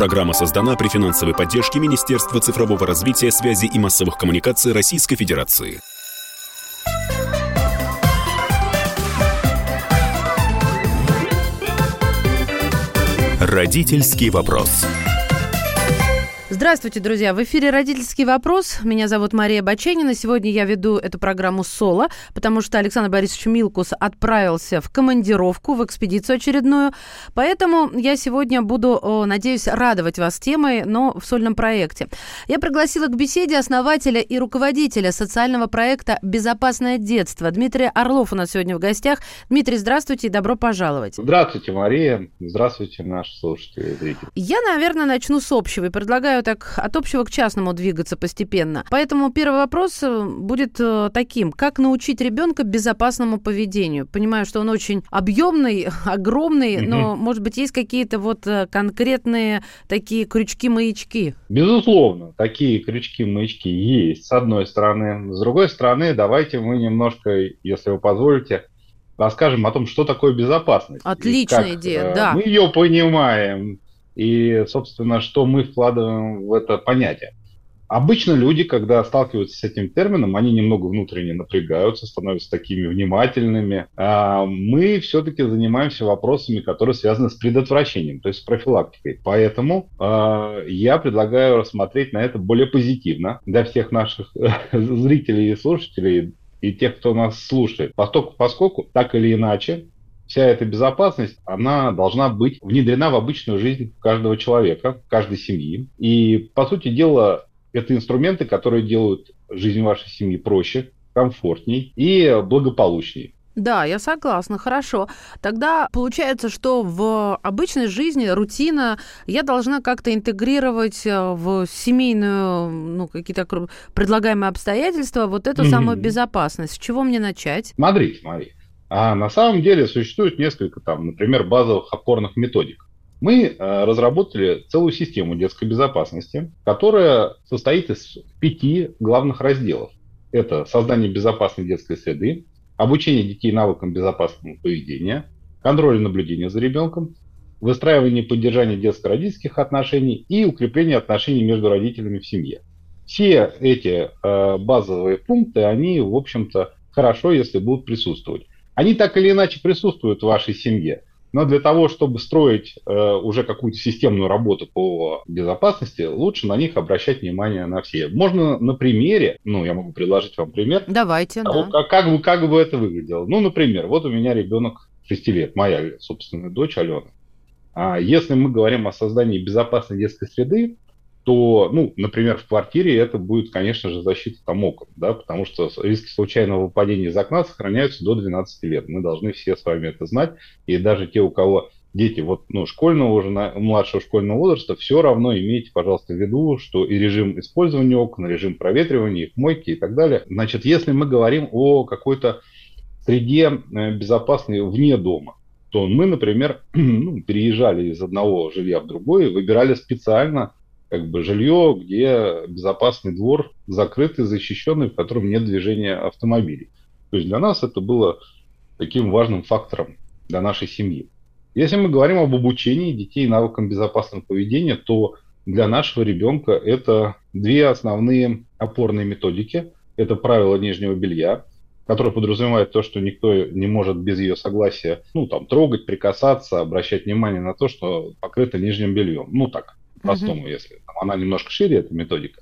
Программа создана при финансовой поддержке Министерства цифрового развития, связи и массовых коммуникаций Российской Федерации. Родительский вопрос. Здравствуйте, друзья! В эфире «Родительский вопрос». Меня зовут Мария Баченина. Сегодня я веду эту программу соло, потому что Александр Борисович Милкус отправился в командировку, в экспедицию очередную. Поэтому я сегодня буду, надеюсь, радовать вас темой, но в сольном проекте. Я пригласила к беседе основателя и руководителя социального проекта «Безопасное детство». Дмитрий Орлов у нас сегодня в гостях. Дмитрий, здравствуйте и добро пожаловать. Здравствуйте, Мария. Здравствуйте, наши слушатели и зрители. Я, наверное, начну с общего и предлагаю так от общего к частному двигаться постепенно. Поэтому первый вопрос будет таким. Как научить ребенка безопасному поведению? Понимаю, что он очень объемный, огромный, но, может быть, есть какие-то вот конкретные такие крючки-маячки? Безусловно, такие крючки-маячки есть, с одной стороны. С другой стороны, давайте мы немножко, если вы позволите, расскажем о том, что такое безопасность. Отличная идея, да. Мы ее понимаем. И, собственно, что мы вкладываем в это понятие. Обычно люди, когда сталкиваются с этим термином, они немного внутренне напрягаются, становятся такими внимательными. А мы все-таки занимаемся вопросами, которые связаны с предотвращением, то есть с профилактикой. Поэтому я предлагаю рассмотреть на это более позитивно для всех наших зрителей и слушателей, и тех, кто нас слушает. Поскольку так или иначе, вся эта безопасность, она должна быть внедрена в обычную жизнь каждого человека, каждой семьи. И, по сути дела, это инструменты, которые делают жизнь вашей семьи проще, комфортней и благополучней. Да, я согласна, хорошо. Тогда получается, что в обычной жизни рутина я должна как-то интегрировать в семейную, какие-то предлагаемые обстоятельства вот эту самую безопасность. С чего мне начать? Смотрите, Мария. А на самом деле существует несколько, например, базовых опорных методик. Мы разработали целую систему детской безопасности, которая состоит из 5 главных разделов. Это создание безопасной детской среды, обучение детей навыкам безопасного поведения, контроль и наблюдение за ребенком, выстраивание и поддержание детско-родительских отношений и укрепление отношений между родителями в семье. Все эти базовые пункты, они, в общем-то, хорошо, если будут присутствовать. Они так или иначе присутствуют в вашей семье, но для того, чтобы строить уже какую-то системную работу по безопасности, лучше на них обращать внимание на все. Можно на примере, я могу предложить вам пример. Давайте, того, да. Как бы это выглядело. Например, вот у меня ребенок 6 лет, моя собственная дочь Алена. Если мы говорим о создании безопасной детской среды, то, например, в квартире это будет, конечно же, защита окон, да, потому что риски случайного выпадения из окна сохраняются до 12 лет. Мы должны все с вами это знать. И даже те, у кого дети школьного уже, младшего школьного возраста, все равно имейте, пожалуйста, в виду, что и режим использования окон, и режим проветривания, их мойки и так далее. Значит, если мы говорим о какой-то среде безопасной вне дома, то мы, например, переезжали из одного жилья в другое, выбирали специально жилье, где безопасный двор, закрытый, защищенный, в котором нет движения автомобилей. То есть для нас это было таким важным фактором для нашей семьи. Если мы говорим об обучении детей навыкам безопасного поведения, то для нашего ребенка это 2 основные опорные методики. Это правило нижнего белья, которое подразумевает то, что никто не может без ее согласия трогать, прикасаться, обращать внимание на то, что покрыто нижним бельем. Простому, если она немножко шире, эта методика.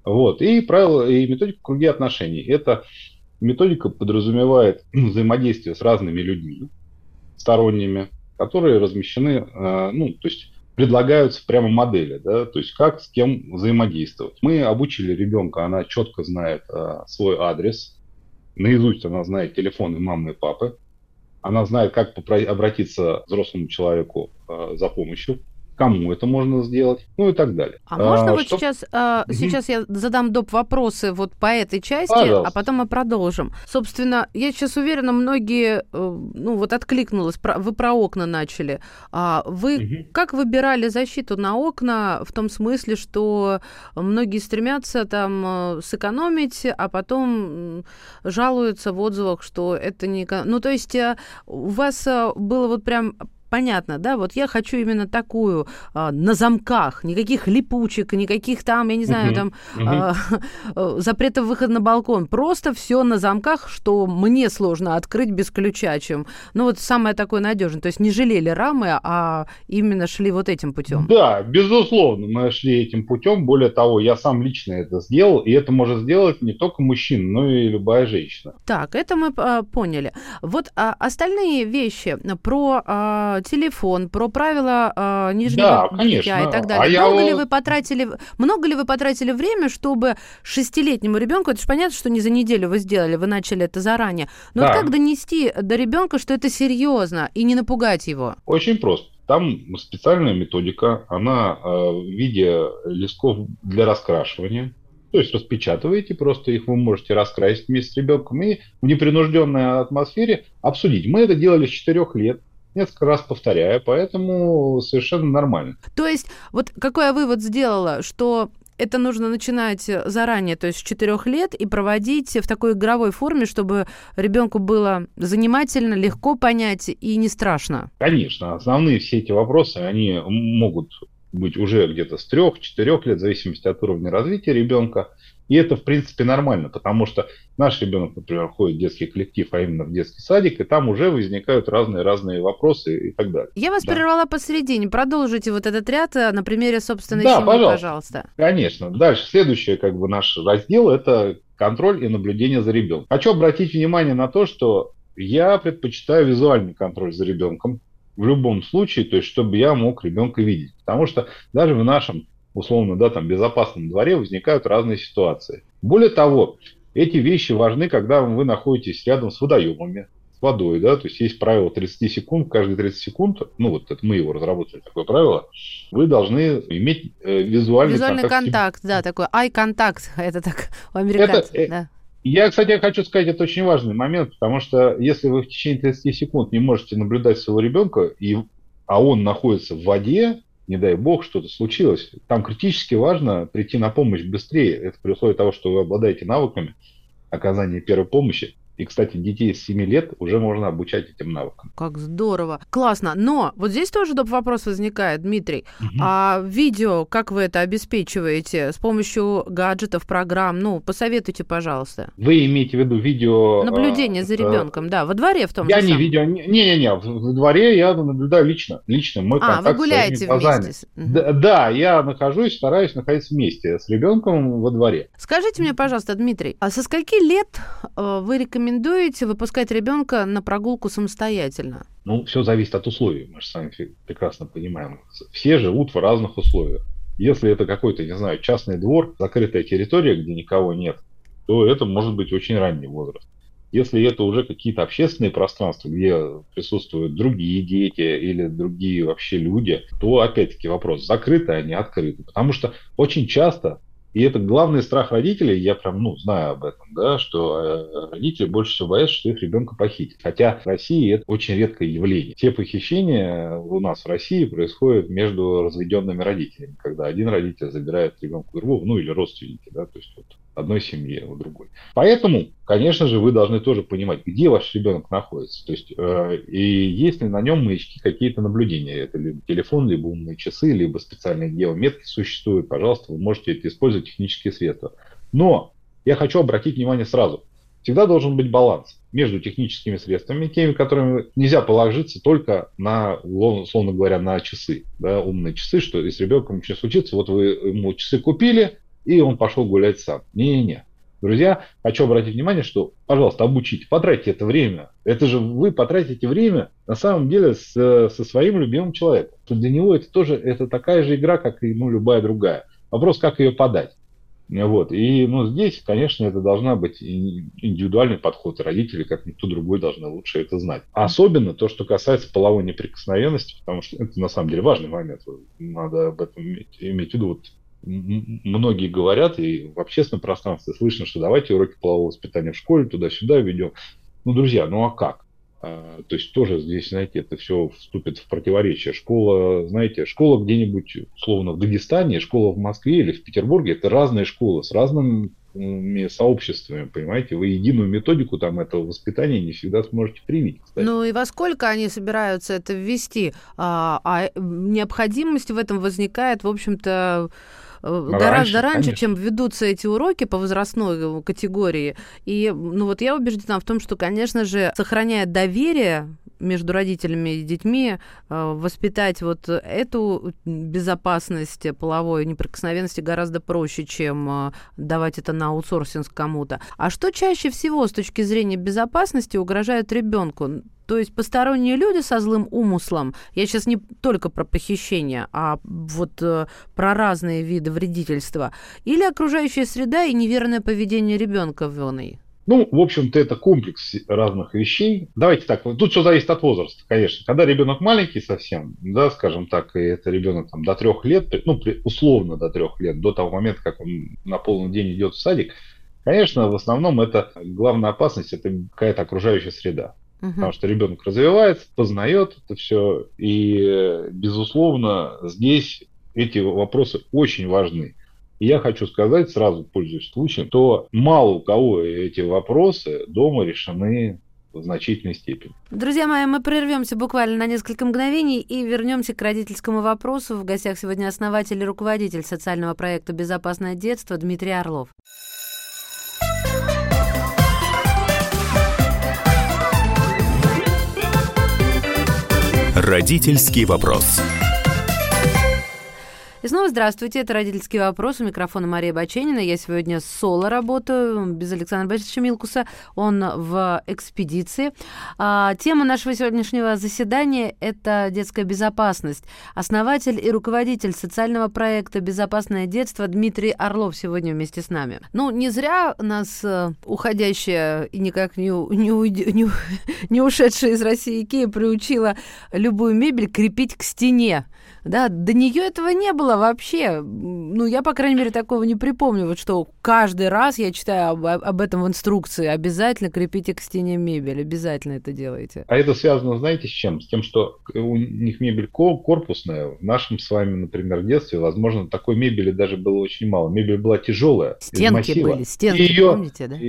И правило, и методика круги отношений. Эта методика подразумевает взаимодействие с разными людьми, сторонними, которые размещены, то есть предлагаются прямо модели, да, то есть как с кем взаимодействовать. Мы обучили ребенка, она четко знает свой адрес, наизусть она знает телефоны мамы и папы, она знает, как обратиться к взрослому человеку за помощью, кому это можно сделать, и так далее. А можно сейчас я задам доп. Вопросы по этой части, пожалуйста. А потом мы продолжим. Собственно, я сейчас уверена, многие, откликнулось, вы про окна начали. Вы как выбирали защиту на окна в том смысле, что многие стремятся сэкономить, а потом жалуются в отзывах, что это не... то есть у вас было прям понятно, да, вот я хочу именно такую, на замках, никаких липучек, никаких там, я не знаю, там запретов выхода на балкон, просто все на замках, что мне сложно открыть без ключа, чем, ну вот самое такое надежное, то есть не жалели рамы, а именно шли вот этим путем. Да, безусловно, мы шли этим путем, более того, я сам лично это сделал, и это может сделать не только мужчина, но и любая женщина. Так, это мы поняли. Вот остальные вещи про телефон, про правила нижнего белья и так далее. Много ли вы потратили время, чтобы 6-летнему ребенку, это же понятно, что не за неделю вы сделали, вы начали это заранее, но вот как донести до ребенка, что это серьезно, и не напугать его? Очень просто. Там специальная методика, она в виде листков для раскрашивания. То есть распечатываете, просто их вы можете раскрасить вместе с ребенком и в непринужденной атмосфере обсудить. Мы это делали с 4 лет, несколько раз повторяя, поэтому совершенно нормально. То есть, вот какой я вывод сделала, что это нужно начинать заранее, то есть с 4 лет, и проводить в такой игровой форме, чтобы ребенку было занимательно, легко понять и не страшно. Конечно, основные все эти вопросы, они могут быть уже где-то с 3-4 лет, в зависимости от уровня развития ребенка. И это, в принципе, нормально, потому что наш ребенок, например, ходит в детский коллектив, а именно в детский садик, и там уже возникают разные вопросы и так далее. Я вас прервала посередине. Продолжите вот этот ряд на примере собственной семьи, пожалуйста. Конечно. Дальше. Следующий наш раздел – это контроль и наблюдение за ребенком. Хочу обратить внимание на то, что я предпочитаю визуальный контроль за ребенком. В любом случае, то есть, чтобы я мог ребенка видеть. Потому что даже в нашем, условно, безопасном дворе возникают разные ситуации. Более того, эти вещи важны, когда вы находитесь рядом с водоемами, с водой, то есть есть правило 30 секунд, каждые 30 секунд, это мы его разработали, такое правило, вы должны иметь визуальный контакт, такой eye contact, это так у американцев, Я, кстати, хочу сказать, это очень важный момент, потому что если вы в течение 30 секунд не можете наблюдать своего ребенка, а он находится в воде, не дай бог, что-то случилось, там критически важно прийти на помощь быстрее. Это при условии того, что вы обладаете навыками оказания первой помощи. И, кстати, детей с 7 лет уже можно обучать этим навыкам. Как здорово. Классно. Но вот здесь тоже вопрос возникает, Дмитрий. А видео, как вы это обеспечиваете? С помощью гаджетов, программ? Посоветуйте, пожалуйста. Вы имеете в виду видео... Наблюдение за ребенком, во дворе в том же самом. Я не видео... Не, в дворе я наблюдаю лично. Лично мой контакт вы гуляете вместе? Да, я стараюсь находиться вместе с ребенком во дворе. Скажите мне, пожалуйста, Дмитрий, а со скольки лет вы рекомендуете выпускать ребенка на прогулку самостоятельно? Все зависит от условий, мы же с вами прекрасно понимаем. Все живут в разных условиях. Если это какой-то, не знаю, частный двор, закрытая территория, где никого нет, то это может быть очень ранний возраст. Если это уже какие-то общественные пространства, где присутствуют другие дети или другие вообще люди, то опять-таки вопрос, закрыты они, открыты. Потому что очень часто, и это главный страх родителей, я знаю об этом, что родители больше всего боятся, что их ребенка похитят. Хотя в России это очень редкое явление. Все похищения у нас в России происходят между разведенными родителями, когда один родитель забирает ребенка у другого, или родственники, то есть одной семьи у другой. Поэтому, конечно же, вы должны тоже понимать, где ваш ребенок находится. То есть, и есть ли на нем маячки какие-то наблюдения. Это либо телефон, либо умные часы, либо специальные геометки существуют. Пожалуйста, вы можете использовать технические средства. Но я хочу обратить внимание сразу. Всегда должен быть баланс между техническими средствами, теми, которыми нельзя положиться только на, условно говоря, на часы. Умные часы, что если с ребенком ничего случится, вы ему часы купили, и он пошел гулять сам. Не-не-не. Друзья, хочу обратить внимание, что, пожалуйста, обучите, потратьте это время. Это же вы потратите время, на самом деле, со своим любимым человеком. Для него это такая же игра, как и любая другая. Вопрос, как ее подать. И здесь, конечно, это должна быть индивидуальный подход. И родители, как никто другой, должны лучше это знать. Особенно то, что касается половой неприкосновенности, потому что это, на самом деле, важный момент. Надо об этом иметь в виду. Многие говорят, и в общественном пространстве слышно, что давайте уроки полового воспитания в школе туда-сюда ведем. Друзья, а как? То есть тоже здесь, это все вступит в противоречие. Школа где-нибудь, условно, в Дагестане, школа в Москве или в Петербурге, это разные школы с разным сообществами, понимаете? Вы единую методику там этого воспитания не всегда сможете привить, кстати. Ну и во сколько они собираются это ввести? Необходимость в этом возникает, в общем-то, гораздо раньше, чем ведутся эти уроки по возрастной категории. И я убеждена в том, что, конечно же, сохраняя доверие между родителями и детьми, воспитать вот эту безопасность половой неприкосновенности гораздо проще, чем давать это на аутсорсинг кому-то. А что чаще всего с точки зрения безопасности угрожает ребенку? То есть посторонние люди со злым умыслом, я сейчас не только про похищение, а вот про разные виды вредительства, или окружающая среда и неверное поведение ребенка в ней? Ну, в общем-то, это комплекс разных вещей. Давайте так, тут все зависит от возраста, конечно. Когда ребенок маленький совсем, да, скажем так, и это ребенок там, до 3 лет, условно до 3 лет, до того момента, как он на полный день идет в садик, конечно, в основном это главная опасность, это какая-то окружающая среда. Потому что ребенок развивается, познает это все, и, безусловно, здесь эти вопросы очень важны. И я хочу сказать, сразу пользуясь случаем, что мало у кого эти вопросы дома решены в значительной степени. Друзья мои, мы прервемся буквально на несколько мгновений и вернемся к родительскому вопросу. В гостях сегодня основатель и руководитель социального проекта «Безопасное детство» Дмитрий Орлов. Родительский вопрос. И снова здравствуйте, это «Родительский вопрос». У микрофона Мария Баченина. Я сегодня соло работаю, без Александра Борисовича Милкуса. Он в экспедиции. Тема нашего сегодняшнего заседания – это детская безопасность. Основатель и руководитель социального проекта «Безопасное детство» Дмитрий Орлов сегодня вместе с нами. Не зря нас уходящая и никак не ушедшая из России Икея приучила любую мебель крепить к стене. Да, до нее этого не было вообще. Я, по крайней мере, такого не припомню. Вот что каждый раз я читаю об этом в инструкции. Обязательно крепите к стене мебель. Обязательно это делайте. А это связано, знаете, с чем? С тем, что у них мебель корпусная. В нашем с вами, например, детстве, возможно, такой мебели даже было очень мало. Мебель была тяжелая. Стенки были, помните, да?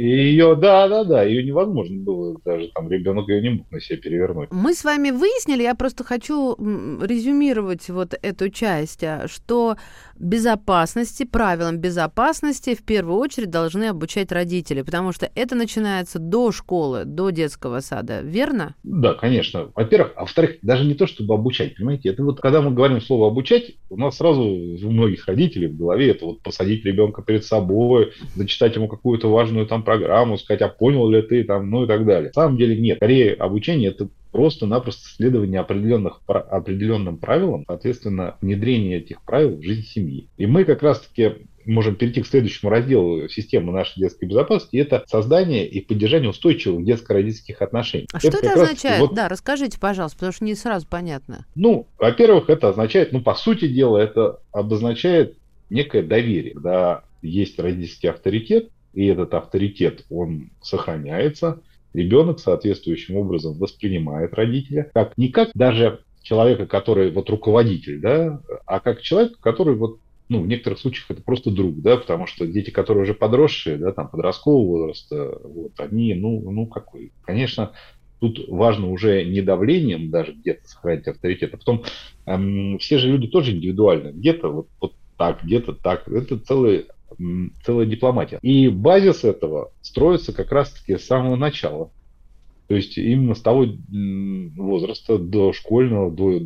Ее невозможно было, даже там ребенок ее не мог на себя перевернуть. Мы с вами выяснили, я просто хочу резюмировать вот эту часть, что безопасности, правилам безопасности в первую очередь должны обучать родители, потому что это начинается до школы, до детского сада, верно? Да, конечно. Во-первых, а во-вторых, даже не то, чтобы обучать, понимаете, это вот когда мы говорим слово «обучать», у нас сразу у многих родителей в голове это вот посадить ребенка перед собой, зачитать ему какую-то важную там программу, сказать, а понял ли ты там, и так далее. На самом деле нет. Скорее, обучение – это просто-напросто следование определенным правилам, соответственно, внедрение этих правил в жизнь семьи. И мы как раз-таки можем перейти к следующему разделу системы нашей детской безопасности, это создание и поддержание устойчивых детско-родительских отношений. А что это означает? Да, расскажите, пожалуйста, потому что не сразу понятно. Во-первых, это означает, по сути дела, это обозначает некое доверие. Когда есть родительский авторитет, и этот авторитет, он сохраняется, ребенок соответствующим образом воспринимает родителя не как даже человека, который руководитель, да, а как человек, который в некоторых случаях это просто друг, да, потому что дети, которые уже подросшие, да, там подросткового возраста, они, конечно, тут важно уже не давлением даже где-то сохранить авторитет, а потом все же люди тоже индивидуальны, где-то вот так, где-то так, это целая дипломатия. И базис этого строится как раз-таки с самого начала. То есть именно с того возраста до школьного,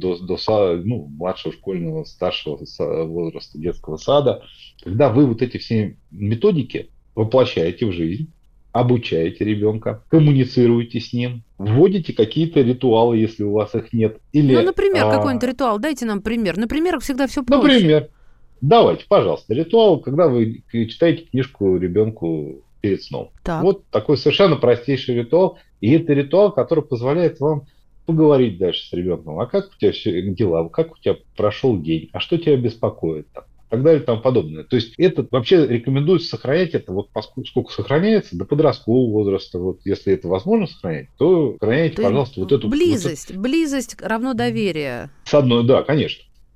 до младшего школьного, старшего возраста детского сада, когда вы вот эти все методики воплощаете в жизнь, обучаете ребенка, коммуницируете с ним, вводите какие-то ритуалы, если у вас их нет. Или, например, какой-нибудь ритуал, дайте нам пример. Например, всегда все проще. Например, давайте, пожалуйста, ритуал, когда вы читаете книжку ребенку перед сном. Так. Вот такой совершенно простейший ритуал. И это ритуал, который позволяет вам поговорить дальше с ребенком. А как у тебя все дела? Как у тебя прошел день? А что тебя беспокоит? И так далее и тому подобное. То есть это вообще рекомендуется сохранять это, сколько сохраняется, до подросткового возраста. Если это возможно сохранять, то сохраняйте, пожалуйста, эту... Близость равно доверие. С одной, да, конечно.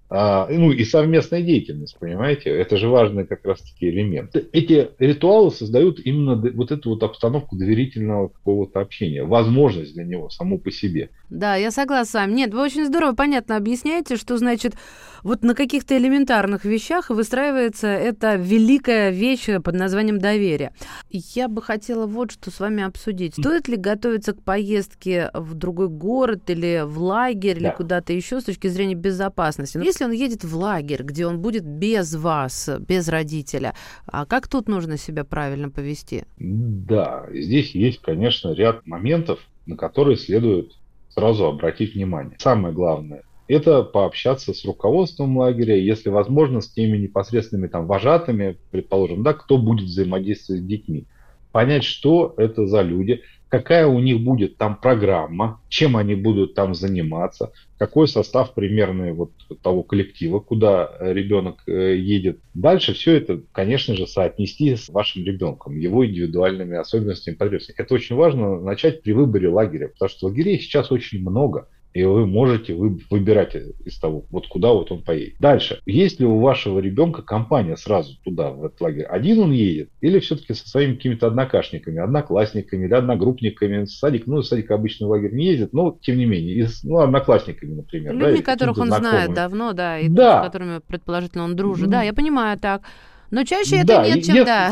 Ну и совместная деятельность, понимаете, это же важный как раз-таки элемент. Эти ритуалы создают именно вот эту вот обстановку доверительного какого-то общения, возможность для него само по себе. Да, я согласна с вами. Нет, вы очень здорово, понятно объясняете, что значит вот на каких-то элементарных вещах выстраивается эта великая вещь под названием доверие. Я бы хотела вот что с вами обсудить. Стоит ли готовиться к поездке в другой город или в лагерь, или куда-то еще с точки зрения безопасности? Но если он едет в лагерь, где он будет без вас, без родителя, а как тут нужно себя правильно повести? Да, здесь есть, конечно, ряд моментов, на которые следует сразу обратить внимание. Самое главное – это пообщаться с руководством лагеря, если возможно, с теми непосредственными там вожатыми, предположим, да, кто будет взаимодействовать с детьми. Понять, что это за люди, какая у них будет там программа, чем они будут там заниматься, какой состав примерный вот того коллектива, куда ребенок едет. Дальше все это, конечно же, соотнести с вашим ребенком, его индивидуальными особенностями, потребностями. Это очень важно начать при выборе лагеря, потому что лагерей сейчас очень много. И вы можете выбирать из того, вот куда вот он поедет. Дальше. Есть ли у вашего ребенка компания сразу туда, в этот лагерь? Один он едет? Или все-таки со своими какими-то однокашниками, одноклассниками или одногруппниками? Садик, садик обычно в лагерь не ездит, но тем не менее, одноклассниками, например. Людьми, да, которых он знакомыми. Знает давно, да, и Да. с которыми, предположительно, он дружит. Да, я понимаю так. Но чаще Да, это нет, чем да.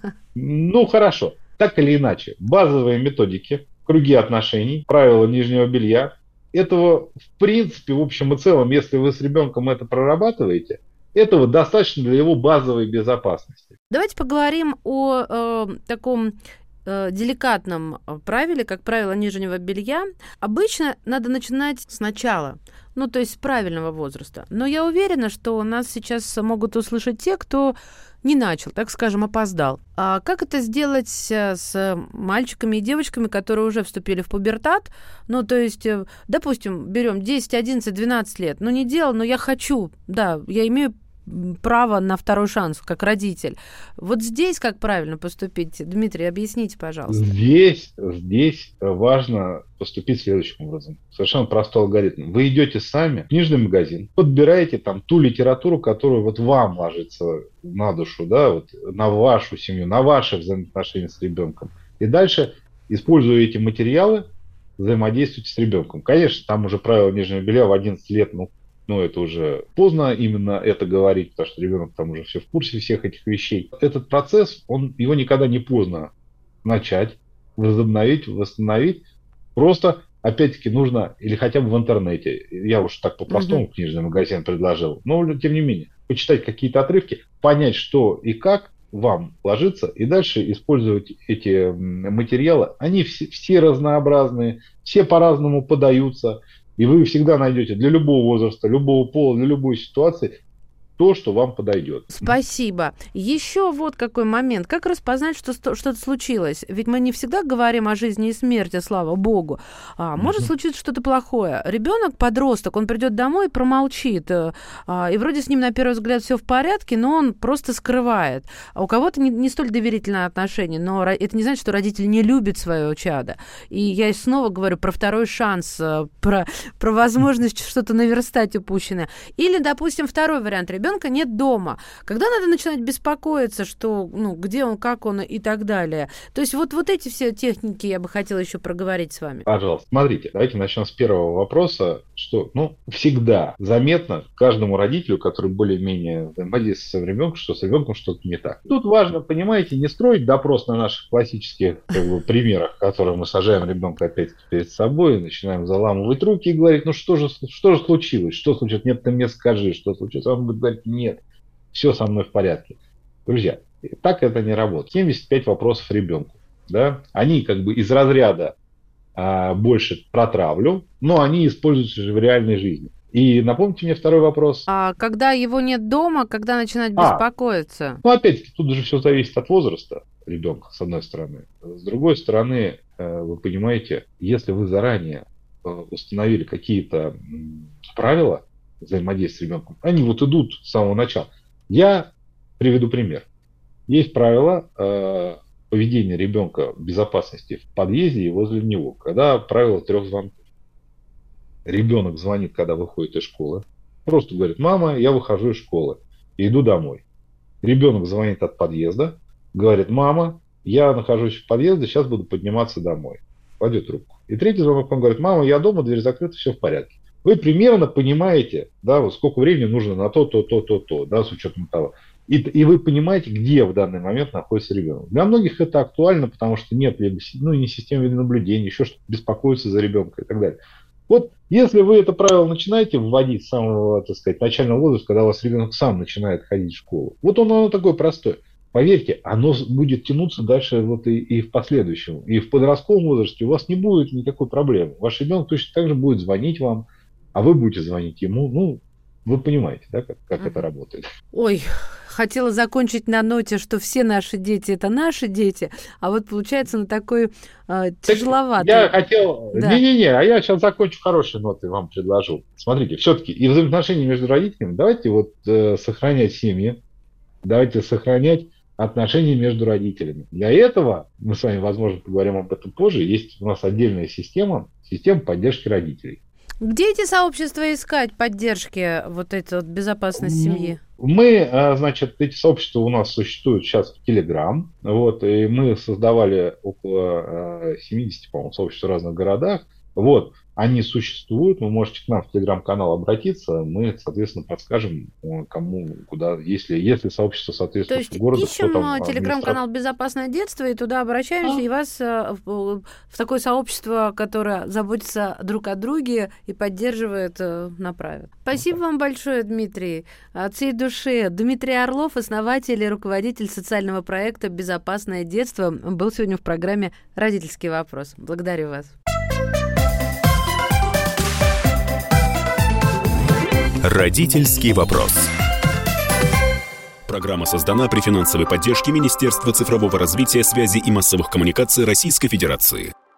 Ну, хорошо. Так или иначе, базовые методики, круги отношений, правила нижнего белья, этого, в принципе, в общем и целом, если вы с ребенком это прорабатываете, этого достаточно для его базовой безопасности. Давайте поговорим о таком деликатном правиле, как правило нижнего белья. Обычно надо начинать сначала, то есть с правильного возраста. Но я уверена, что нас сейчас могут услышать те, кто не начал, так скажем, опоздал. А как это сделать с мальчиками и девочками, которые уже вступили в пубертат? То есть, допустим, берем 10, 11, 12 лет. Не делал, но я хочу. Да, я имею право на второй шанс, как родитель. Вот здесь как правильно поступить? Дмитрий, объясните, пожалуйста. Здесь важно поступить следующим образом. Совершенно простой алгоритм. Вы идете сами в книжный магазин, подбираете там ту литературу, которая вот вам ложится на душу, да, вот на вашу семью, на ваши взаимоотношения с ребенком. И дальше, используя эти материалы, взаимодействуйте с ребенком. Конечно, там уже правило нижнего белья в 11 лет, это уже поздно именно это говорить, потому что ребенок там уже все в курсе всех этих вещей. Этот процесс, его никогда не поздно начать, возобновить, восстановить. Просто, опять-таки, нужно, или хотя бы в интернете, я уж так по-простому книжный магазин предложил, но тем не менее, почитать какие-то отрывки, понять, что и как вам ложится, и дальше использовать эти материалы. Они все разнообразные, все по-разному подаются. И вы всегда найдете для любого возраста, любого пола, для любой ситуации то, что вам подойдет. Спасибо. Еще вот какой момент. Как распознать, что что-то случилось? Ведь мы не всегда говорим о жизни и смерти, слава богу. Может случиться что-то плохое. Ребенок, подросток, он придет домой и промолчит. И вроде с ним на первый взгляд все в порядке, но он просто скрывает. А у кого-то не столь доверительное отношение, но это не значит, что родитель не любит свое чадо. И я снова говорю про второй шанс, про возможность что-то наверстать упущенное. Или, допустим, второй вариант. Ребенка нет дома. Когда надо начинать беспокоиться, что, где он, как он и так далее. То есть вот эти все техники я бы хотела еще проговорить с вами. Пожалуйста, смотрите, давайте начнем с первого вопроса, что, всегда заметно каждому родителю, который более-менее взаимодействует с ребенком, что с ребенком что-то не так. Тут важно, понимаете, не строить допрос на наших классических примерах, которые мы сажаем ребенка опять-таки перед собой, начинаем заламывать руки и говорить, что же случилось, что случилось, нет, ты мне скажи, что случилось, он будет говорить, нет, все со мной в порядке. Друзья, так это не работает. 75 вопросов ребенку. Да? Они как бы из разряда больше протравлю, но они используются же в реальной жизни. И напомните мне второй вопрос. А когда его нет дома, когда начинать беспокоиться? Опять-таки, тут же все зависит от возраста ребенка, с одной стороны. С другой стороны, вы понимаете, если вы заранее установили какие-то правила взаимодействия с ребенком, они вот идут с самого начала. Я приведу пример. Есть правило поведения ребенка в безопасности в подъезде и возле него, когда правило 3 звонков. Ребенок звонит, когда выходит из школы, Просто говорит: мама, я выхожу из школы и иду домой. Ребенок звонит от подъезда, говорит: мама, я нахожусь в подъезде, сейчас буду подниматься домой. Кладет трубку. И третий звонок, он говорит: мама, я дома, дверь закрыта, все в порядке. Вы примерно понимаете, да, вот сколько времени нужно на то, да, с учетом того. И вы понимаете, где в данный момент находится ребенок. Для многих это актуально, потому что нет либо ни системы видеонаблюдения, еще что-то, беспокоиться за ребенка и так далее. Вот если вы это правило начинаете вводить с самого, так сказать, начального возраста, когда у вас ребенок сам начинает ходить в школу, вот оно такое простое. Поверьте, оно будет тянуться дальше вот и в последующем. И в подростковом возрасте у вас не будет никакой проблемы. Ваш ребенок точно так же будет звонить вам, а вы будете звонить ему. Ну, вы понимаете, да, как это работает. Ой, хотела закончить на ноте, что все наши дети – это наши дети, а вот получается на такой тяжеловатый. Я хотел... Да. Не-не-не, а я сейчас закончу хорошей нотой, вам предложу. Смотрите, все-таки и взаимоотношения между родителями, давайте вот сохранять семьи, давайте сохранять отношения между родителями. Для этого, мы с вами, возможно, поговорим об этом позже, есть у нас отдельная система поддержки родителей. Где эти сообщества искать поддержки, вот этой вот безопасности семьи? Мы, значит, эти сообщества у нас существуют сейчас в Telegram, вот, и мы создавали около 70, по-моему, сообществ в разных городах, вот, они существуют, вы можете к нам в Telegram-канал обратиться, мы, соответственно, подскажем, кому, куда, если сообщество соответствует городу. То есть ищем Telegram-канал «Безопасное детство» и туда обращаемся, и вас в такое сообщество, которое заботится друг о друге и поддерживает, направит. Спасибо вам большое, Дмитрий. От всей души. Дмитрий Орлов, основатель и руководитель социального проекта «Безопасное детство», был сегодня в программе «Родительский вопрос». Благодарю вас. Родительский вопрос. Программа создана при финансовой поддержке Министерства цифрового развития, связи и массовых коммуникаций Российской Федерации.